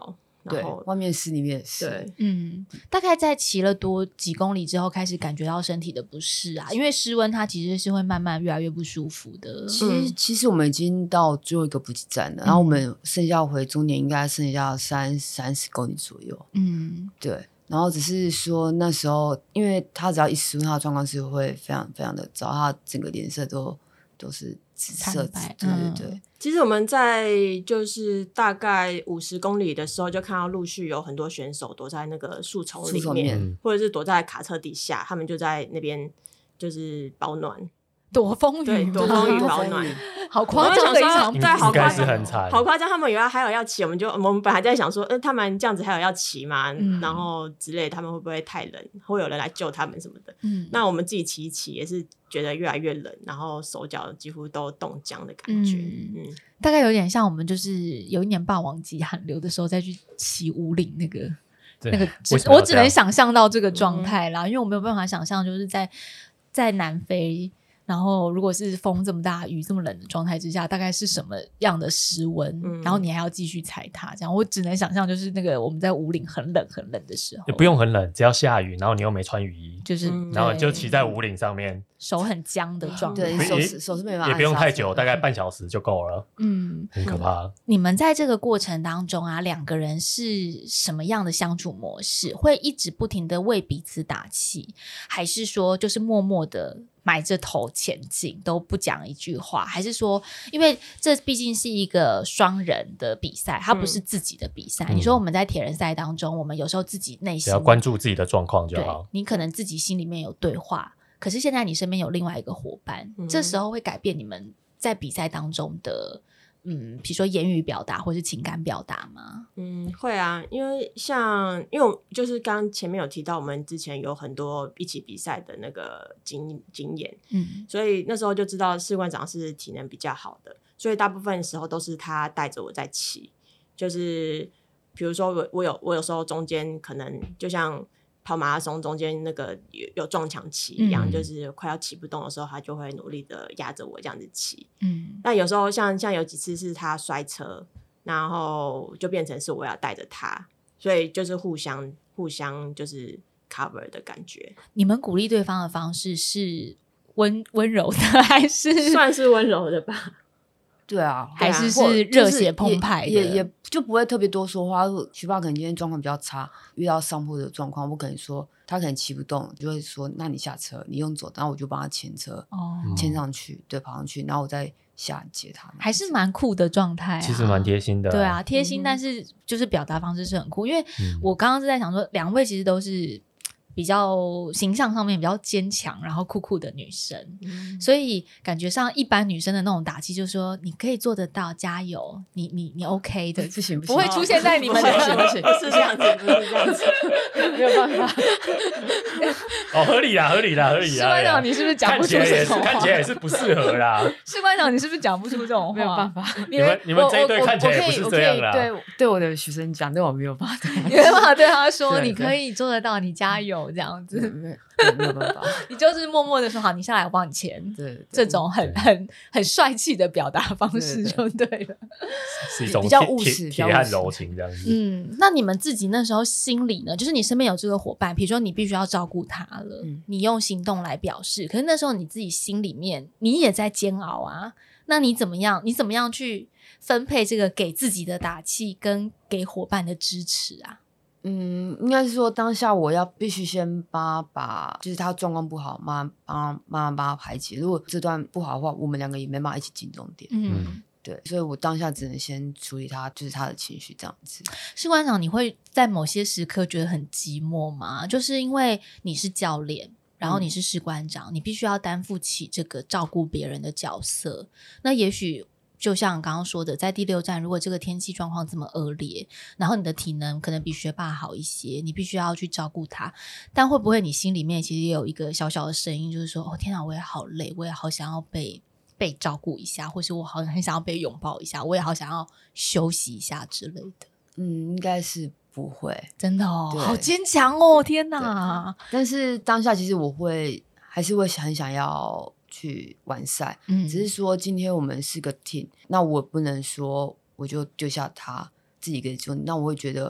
对，外面湿里面也湿。 对， 大概在骑了几公里之后，开始感觉到身体的不适啊，因为失温它其实是会慢慢越来越不舒服的。 其实我们已经到最后一个补给站了，然后我们剩下回终点应该剩下30公里左右。对。然后只是说那时候，因为他只要一失温，他的状况是会非常非常的糟，他整个脸色都是紫色，对。 其实我们在就是大概50公里的时候，就看到陆续有很多选手躲在那个树丛里面，或者是躲在卡车底下，他们就在那边就是保暖。 躲风雨， 对，躲风雨保暖， 好夸张的一场， 对，好夸张， 很惨， 好夸张。他们以为还有要骑，我们本来在想说，他们这样子还有要骑嘛，然后之类，他们会不会太冷，会有人来救他们什么的？那我们自己骑一骑也是觉得越来越冷，然后手脚几乎都冻僵的感觉。 大概有点像我们就是有一年霸王级寒流的时候再去骑武岭那个，我只能想象到这个状态啦，因为我没有办法想象就是在南非。然后如果是风这么大雨这么冷的状态之下，大概是什么样的湿温，然后你还要继续踩它，这样我只能想象就是那个我们在武岭很冷的时候， 也不用很冷，只要下雨然后你又没穿雨衣， 就是然后就骑在武岭上面， 手很僵的状态， 对，手是没办法， 也不用太久，大概半小时就够了。很可怕。 你们在这个过程当中啊，两个人是什么样的相处模式？会一直不停的为彼此打气，还是说就是默默的埋着头前进都不讲一句话，还是说因为这毕竟是一个双人的比赛，它不是自己的比赛，你说我们在铁人赛当中，我们有时候自己内心只要关注自己的状况就好， 你可能自己心里面有对话，可是现在你身边有另外一个伙伴，这时候会改变你们在比赛当中的比如说言语表达或是情感表达吗？ 会啊，因为我就是刚刚前面有提到，我们之前有很多一起比赛的那个经验，所以那时候就知道士官长是体能比较好的，所以大部分时候都是他带着我在骑，就是比如说我有时候中间可能就像跑马拉松中间那个有撞墙期一样，就是快要骑不动的时候，他就会努力的压着我这样子骑。但有时候像有几次是他摔车，然后就变成是我要带着他，所以就是互相就是 cover 的感觉。 你们鼓励对方的方式是温柔的，还是算是温柔的吧？ 对啊， 还是热血澎湃的， 也就不会特别多说话。学霸可能今天状况比较差，遇到上坡的状况，我可能说他可能骑不动，就会说那你下车，你用走，然后我就帮他牵车，牵上去，对，跑上去，然后我再下接他， 还是蛮酷的状态， 其实蛮贴心的。 对啊，贴心，但是就是表达方式是很酷。因为我刚刚是在想说，两位其实都是比较形象上面比较坚强然后酷酷的女生，所以感觉上一般女生的那种打气就是说你可以做得到，加油，你 OK 的， 不行不会出现在你们的不行不是这样子，不是这样子， 没有办法。 合理啦。 士官长，你是不是讲不出这种话？ 看起来也是不适合啦。 士官长，你是不是讲不出这种话？ 没有办法， 你们这一对看起来也不是这样啦。 对我的学生讲，但我没有办法， 你没有办法对他说你可以做得到，你加油这样子， 没有办法。 你就是默默的说好，你下来我帮你牵， 对， 这种很帅气的表达方式就对了， 是一种比较务实、 铁汉柔情这样子。 那你们自己那时候心里呢，就是你身边有这个伙伴，比如说你必须要照顾他了，你用行动来表示，可是那时候你自己心里面你也在煎熬啊，那你怎么样去分配这个给自己的打气跟给伙伴的支持啊？ 应该是说当下我必须先帮他把，就是他状况不好，慢慢帮他排解。如果这段不好的话，我们两个也没办法一起进终点。对，所以我当下只能先处理他，就是他的情绪这样子。 士官长，你会在某些时刻觉得很寂寞吗？就是因为你是教练，然后你是士官长，你必须要担负起这个照顾别人的角色。那也许就像刚刚说的，在第6站，如果这个天气状况这么恶劣，然后你的体能可能比学霸好一些，你必须要去照顾他，但会不会你心里面其实也有一个小小的声音，就是说，哦天啊，我也好累，我也好想要被照顾一下，或是我很想要被拥抱一下，我也好想要休息一下之类的。 应该是不会， 真的哦，好坚强哦，天哪！ 但是当下其实我还是会很想要去完赛，只是说今天我们是个 team， 那我不能说我就丢下他自己一个人做，那我会觉得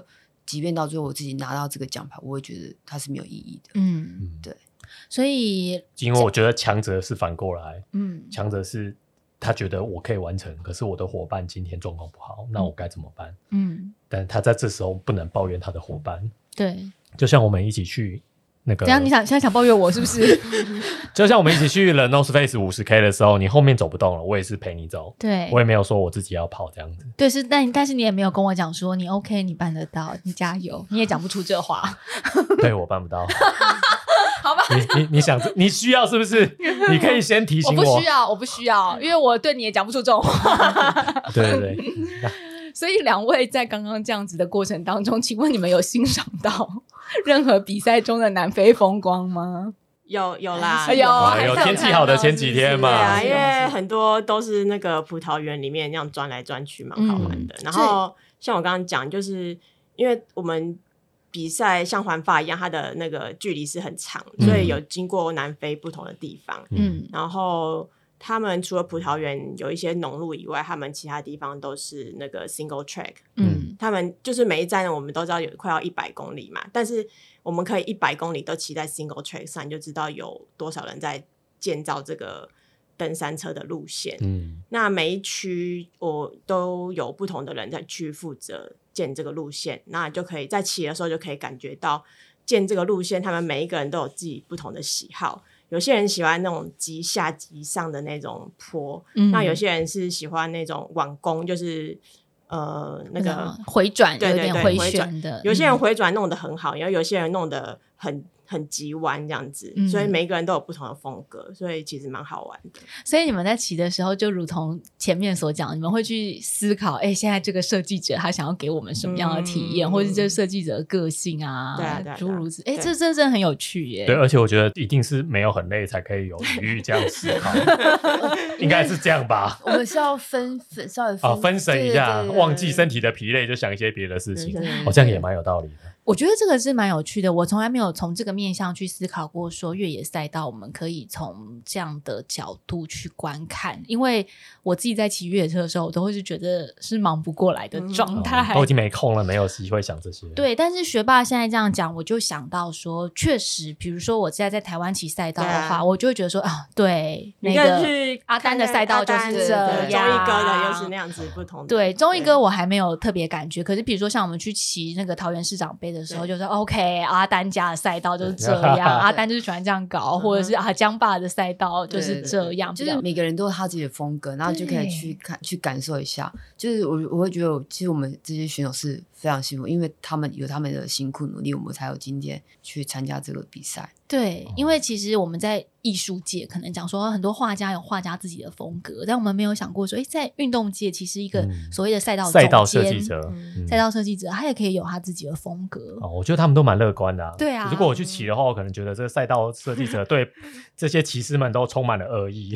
即便到最后我自己拿到这个奖牌，我会觉得它是没有意义的。对。 所以因为我觉得强者是反过来，强者是他觉得我可以完成，可是我的伙伴今天状况不好，那我该怎么办？但他在这时候不能抱怨他的伙伴。 对， 就像我们一起去那个， 怎样？你现在想抱怨我是不是？ 就像我们一起去了 North Face 50K 的时候，你后面走不动了，我也是陪你走。 对， 我也没有说我自己要跑这样子。 对，但是你也没有跟我讲说你 OK， 你办得到，你加油，你也讲不出这话。 对，我办不到。 好吧， 你想你需要是不是？你可以先提醒我。 我不需要，因为我对你也讲不出这种话。 对对对。 所以两位在刚刚这样子的过程当中，请问你们有欣赏到任何比赛中的南非风光吗？ 有啦， 有天气好的前几天嘛。 对啊，因为很多都是那个葡萄园里面那样钻来钻去，蛮好玩的。然后像我刚刚讲，就是因为我们比赛像环法一样，它的那个距离是很长，所以有经过南非不同的地方。然后他们除了葡萄园有一些农路以外，他们其他地方都是那个 single track。他们就是每一站我们都知道有快要100公里嘛，但是我们可以100公里都骑在 single track 上，你就知道有多少人在建造这个登山车的路线。那每一区我都有不同的人在去负责建这个路线，那就可以在骑的时候就可以感觉到建这个路线，他们每一个人都有自己不同的喜好。有些人喜欢那种急下急上的那种坡，那有些人是喜欢那种碗弓，就是那个回转， 对对对， 有点回旋的。 有些人回转弄得很好，然后有些人弄得很急弯这样子，所以每一个人都有不同的风格，所以其实蛮好玩的。 所以你们在骑的时候，就如同前面所讲，你们会去思考，现在这个设计者他想要给我们什么样的体验，或者是这个设计者的个性啊，诸如此。这真的很有趣耶。 对，而且我觉得一定是没有很累才可以有余裕这样思考，应该是这样吧？ 我们是要稍微分神一下，忘记身体的疲累，就想一些别的事情。这样也蛮有道理的。 我觉得这个是蛮有趣的，我从来没有从这个面向去思考过说越野赛道我们可以从这样的角度去观看，因为我自己在骑越野车的时候我都会是觉得是忙不过来的状态， 都已经没空了，没有机会想这些。 对，但是学霸现在这样讲，我就想到说确实比如说我现在在台湾骑赛道的话，我就会觉得说对，那个阿丹的赛道就是这样， 中一哥的又是那样子不同的。 对，中一哥我还没有特别感觉，可是比如说像我们去骑那个桃园市长杯的时候，就是 OK 阿丹家的赛道就是这样，阿丹就是喜欢这样搞，或者是江爸的赛道就是这样， 就是每个人都有他自己的风格，然后就可以去感受一下。就是我会觉得其实我们这些选手是非常幸福，因为他们有他们的辛苦努力，我们才有今天去参加这个比赛。 对，因为其实我们在艺术界可能讲说很多画家有画家自己的风格，但我们没有想过说在运动界其实一个所谓的赛道设计者赛道设计者他也可以有他自己的风格。 我觉得他们都蛮乐观的啊。 对啊， 如果我去骑的话，我可能觉得这个赛道设计者对这些骑士们都充满了恶意。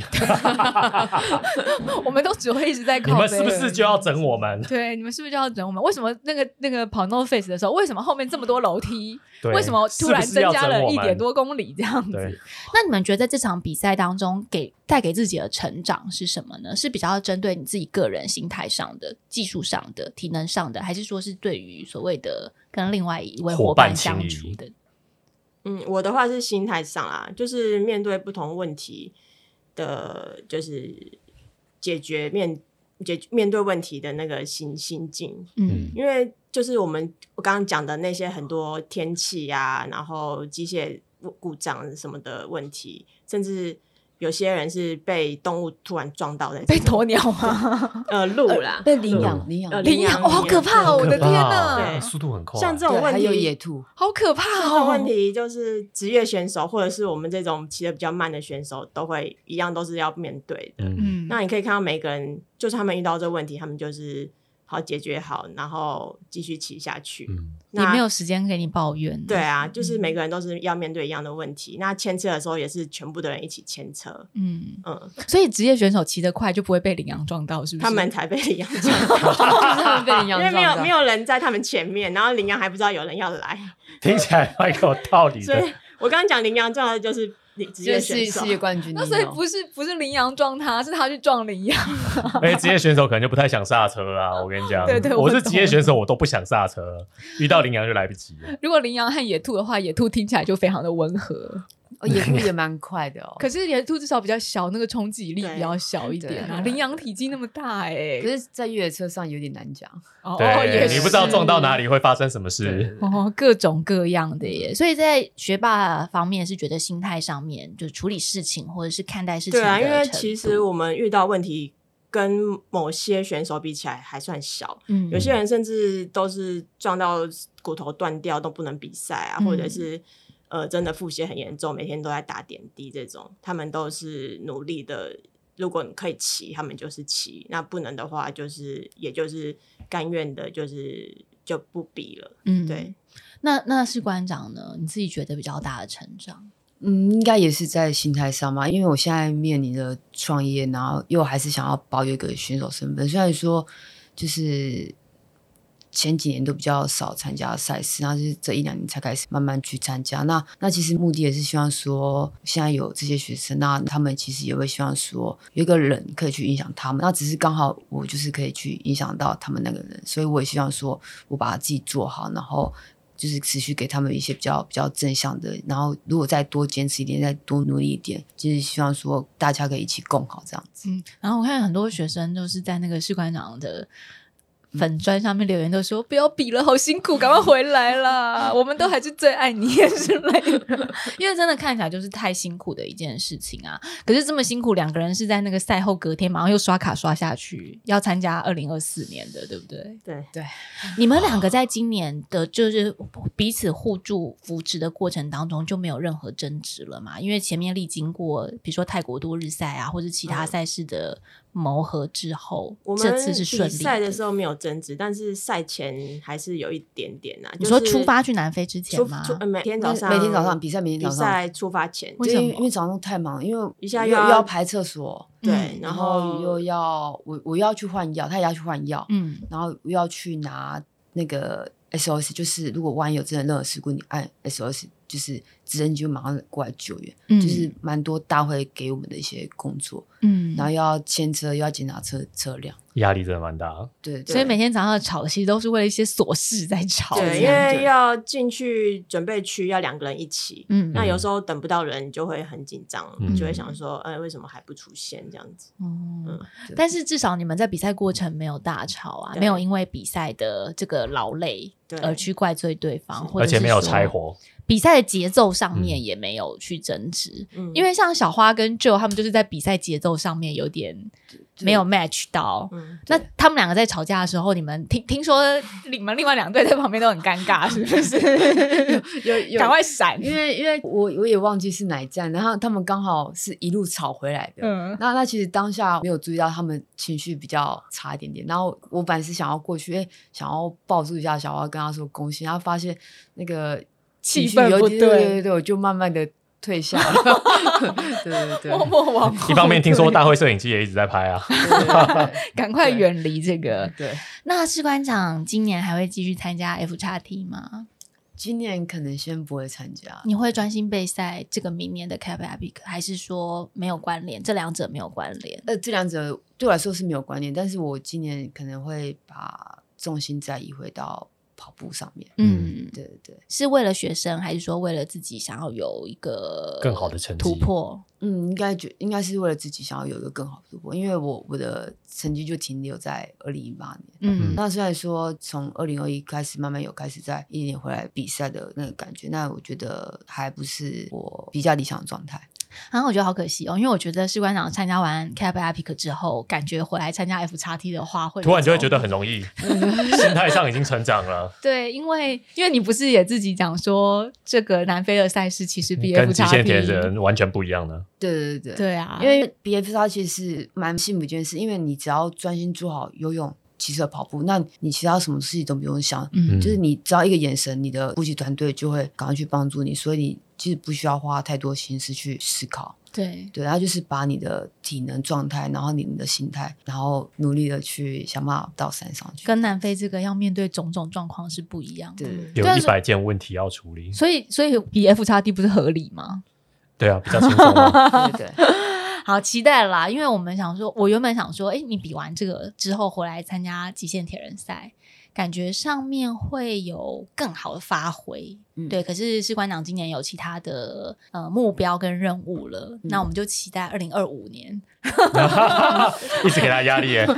我们都只会一直在靠背， 你们是不是就要整我们？ 对，你们是不是就要整我们？为什么那个跑 North Face 的时候，为什么后面这么多楼梯？为什么突然增加了1点多公里这样子？那你们觉得在这场比赛当中带给自己的成长是什么呢？是比较针对你自己个人心态上的、技术上的、体能上的，还是说是对于所谓的跟另外一位伙伴相处的？ 我的话是心态上啦，就是面对不同问题的，就是面对问题的那个心境。因为就是我刚刚讲的那些很多天气啊，然后机械故障什么的问题，甚至有些人是被动物突然撞到的， 被鸵鸟吗？ 鹿啦， 被羚羊， 好可怕哦！我的天哪， 对，速度很快。 像这种问题， 还有野兔， 好可怕哦！ 这种问题就是职业选手或者是我们这种骑得比较慢的选手都会一样，都是要面对的。那你可以看到每个人，就是他们遇到这个问题，他们就是好解决好，然后继续骑下去。 也没有时间给你抱怨。 对啊，就是每个人都是要面对一样的问题。那牵车的时候也是全部的人一起牵车。 所以职业选手骑得快就不会被羚羊撞到，是不是？ 他们才被羚羊撞到， 他们被羚羊撞到， 因为没有人在他们前面，然后羚羊还不知道有人要来。 听起来蛮有道理的。 所以我刚刚讲羚羊撞的就是职业选手， 世界冠军。 那所以不是羚羊撞他，是他去撞羚羊。 职业选手可能就不太想刹车啊，我跟你讲， 对， 我是职业选手，我都不想刹车，遇到羚羊就来不及了。 如果羚羊和野兔的话，野兔听起来就非常的温和。 野兔也蛮快的哦， 可是野兔至少比较小，那个冲击力比较小一点啊。羚羊体积那么大可是在越野车上有点难讲。 对，你不知道撞到哪里会发生什么事。 各种各样的耶。所以在学霸方面是觉得心态上面，就是处理事情或者是看待事情的程度。 对啊，因为其实我们遇到问题跟某些选手比起来还算小，有些人甚至都是撞到骨头断掉都不能比赛啊，或者是真的腹泻很严重，每天都在打点滴，这种他们都是努力的。如果你可以骑，他们就是骑；那不能的话，也就是甘愿的，就不比了。对。 那士官长呢？你自己觉得比较大的成长？ 应该也是在心态上嘛，因为我现在面临的创业，然后又还是想要保有一个选手身份，虽然说就是前几年都比较少参加赛事，然后就是这1-2年才开始慢慢去参加。那其实目的也是希望说，现在有这些学生，那他们其实也会希望说，有一个人可以去影响他们。那只是刚好我就是可以去影响到他们那个人，所以我也希望说我把自己做好，然后就是持续给他们一些比较正向的，然后如果再多坚持一点，再多努力一点，就是希望说大家可以一起共好这样子。 然后我看很多学生都是在那个士官长的粉专上面留言都说不要比了，好辛苦，赶快回来啦，我们都还是最爱你之类的。因为真的看起来就是太辛苦的一件事情啊。可是这么辛苦，2个人是在那个赛后隔天马上又刷卡刷下去，要参加2024年的，对不对？ 对。 你们2个在今年的就是彼此互助扶持的过程当中就没有任何争执了嘛？因为前面历经过比如说泰国多日赛啊，或者其他赛事的磨合之后，这次是顺利的。 比赛的时候没有争执，但是赛前还是有一点点啊。 你说出发去南非之前吗？ 每天早上比赛，每天早上比赛出发前， 为什么？ 因为早上太忙，因为一下又要排厕所， 对， 然后又要我要去换药，他也要去换药，然后又要去拿那个 SOS， 就是如果万一有真的任何事故，你按 SOS， 就是直升机就马上过来救援，就是蛮多大会给我们的一些工作，然后又要牵车，又要检查车辆， 压力真的蛮大。 对， 所以每天早上吵其实都是为了一些琐事在吵。 对，因为要进去准备区要2个人一起，那有时候等不到人就会很紧张，就会想说，为什么还不出现这样子？ 但是至少你们在比赛过程没有大吵啊，没有因为比赛的这个劳累而去怪罪对方，或者而且没有拆伙。 比赛的节奏上面也没有去争执，因为像小花跟 Joe 他们就是在比赛节奏上面有点没有 match 到。那他们2个在吵架的时候，你们听说你们另外2队在旁边都很尴尬，是不是？有赶快闪， 因为我也忘记是哪一站，然后他们刚好是一路吵回来的。那其实当下没有注意到他们情绪比较差一点点，然后我本来是想要过去，想要抱住一下小花，跟他说恭喜，然后发现那个气氛不对， 对，我就慢慢的退下了。对， 默默往后。 一方面听说大会摄影机也一直在拍啊， 赶快远离这个。 对， 那士官长今年还会继续参加 FXT 吗？ 今年可能先不会参加。 你会专心备赛这个明年的 Cap Epic， 还是说没有关联？这2者没有关联？ 这2者对我来说是没有关联，但是我今年可能会把重心再移回到跑步上面。对， 是为了学生，还是说为了自己想要有一个更好的成绩突破？ 应该是为了自己想要有一个更好的突破，因为我的成绩就停留在2018年。那虽然说从2021开始慢慢有开始在1年回来比赛的那个感觉，那我觉得还不是我比较理想的状态。 然后我觉得好可惜哦，因为我觉得士官长参加完 Cap Epic 之后，感觉回来参加 FXT 的话，会突然就会觉得很容易，心态上已经成长了。 对，因为你不是也自己讲说，这个南非的赛事其实比 FXT 跟极限铁人完全不一样的。 对啊， 因为 BFXT 其实是蛮幸福一件事，因为你只要专心做好游泳、骑车、跑步，那你其他什么事情都不用想，就是你只要一个眼神，你的补给团队就会赶快去帮助你，所以你其实不需要花太多心思去思考。对，然后就是把你的体能状态，然后你的心态，然后努力的去想办法到山上去。 跟南非这个要面对种种状况是不一样的， 有100件问题要处理， 所以比 FXT 不是合理吗？ 对啊，比较轻松嘛。 对对。 好期待啦，因为我原本想说，你比完这个之后回来参加极限铁人赛，感觉上面会有更好的发挥。对，可是士官长今年有其他的目标跟任务了，那我们就期待2025年。 一直给他压力耶。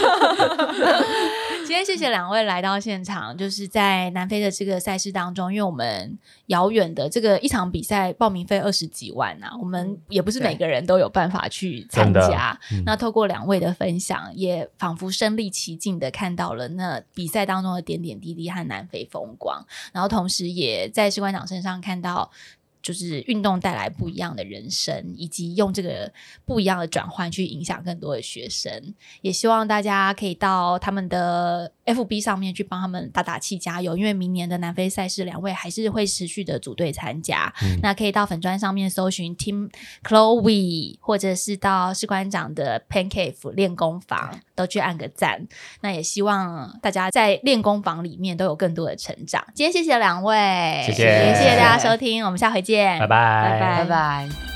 今天谢谢两位来到现场，就是在南非的这个赛事当中，因为我们遥远的这个一场比赛报名费20几万啊，我们也不是每个人都有办法去参加。那透过两位的分享，也仿佛身临其境的看到了那比赛当中的点点滴滴和南非风光，然后同时也在士官长身上看到就是运动带来不一样的人生，以及用这个不一样的转换去影响更多的学生。也希望大家可以到他们的 FB 上面去帮他们打打气加油，因为明年的南非赛事两位还是会持续的组队参加。那可以到粉专上面搜寻 Team Chloe， 或者是到士官长的 Pancake 练功房都去按个赞。那也希望大家在练功房里面都有更多的成长。今天谢谢两位， 谢谢大家收听，我们下回见， 拜拜， 拜拜。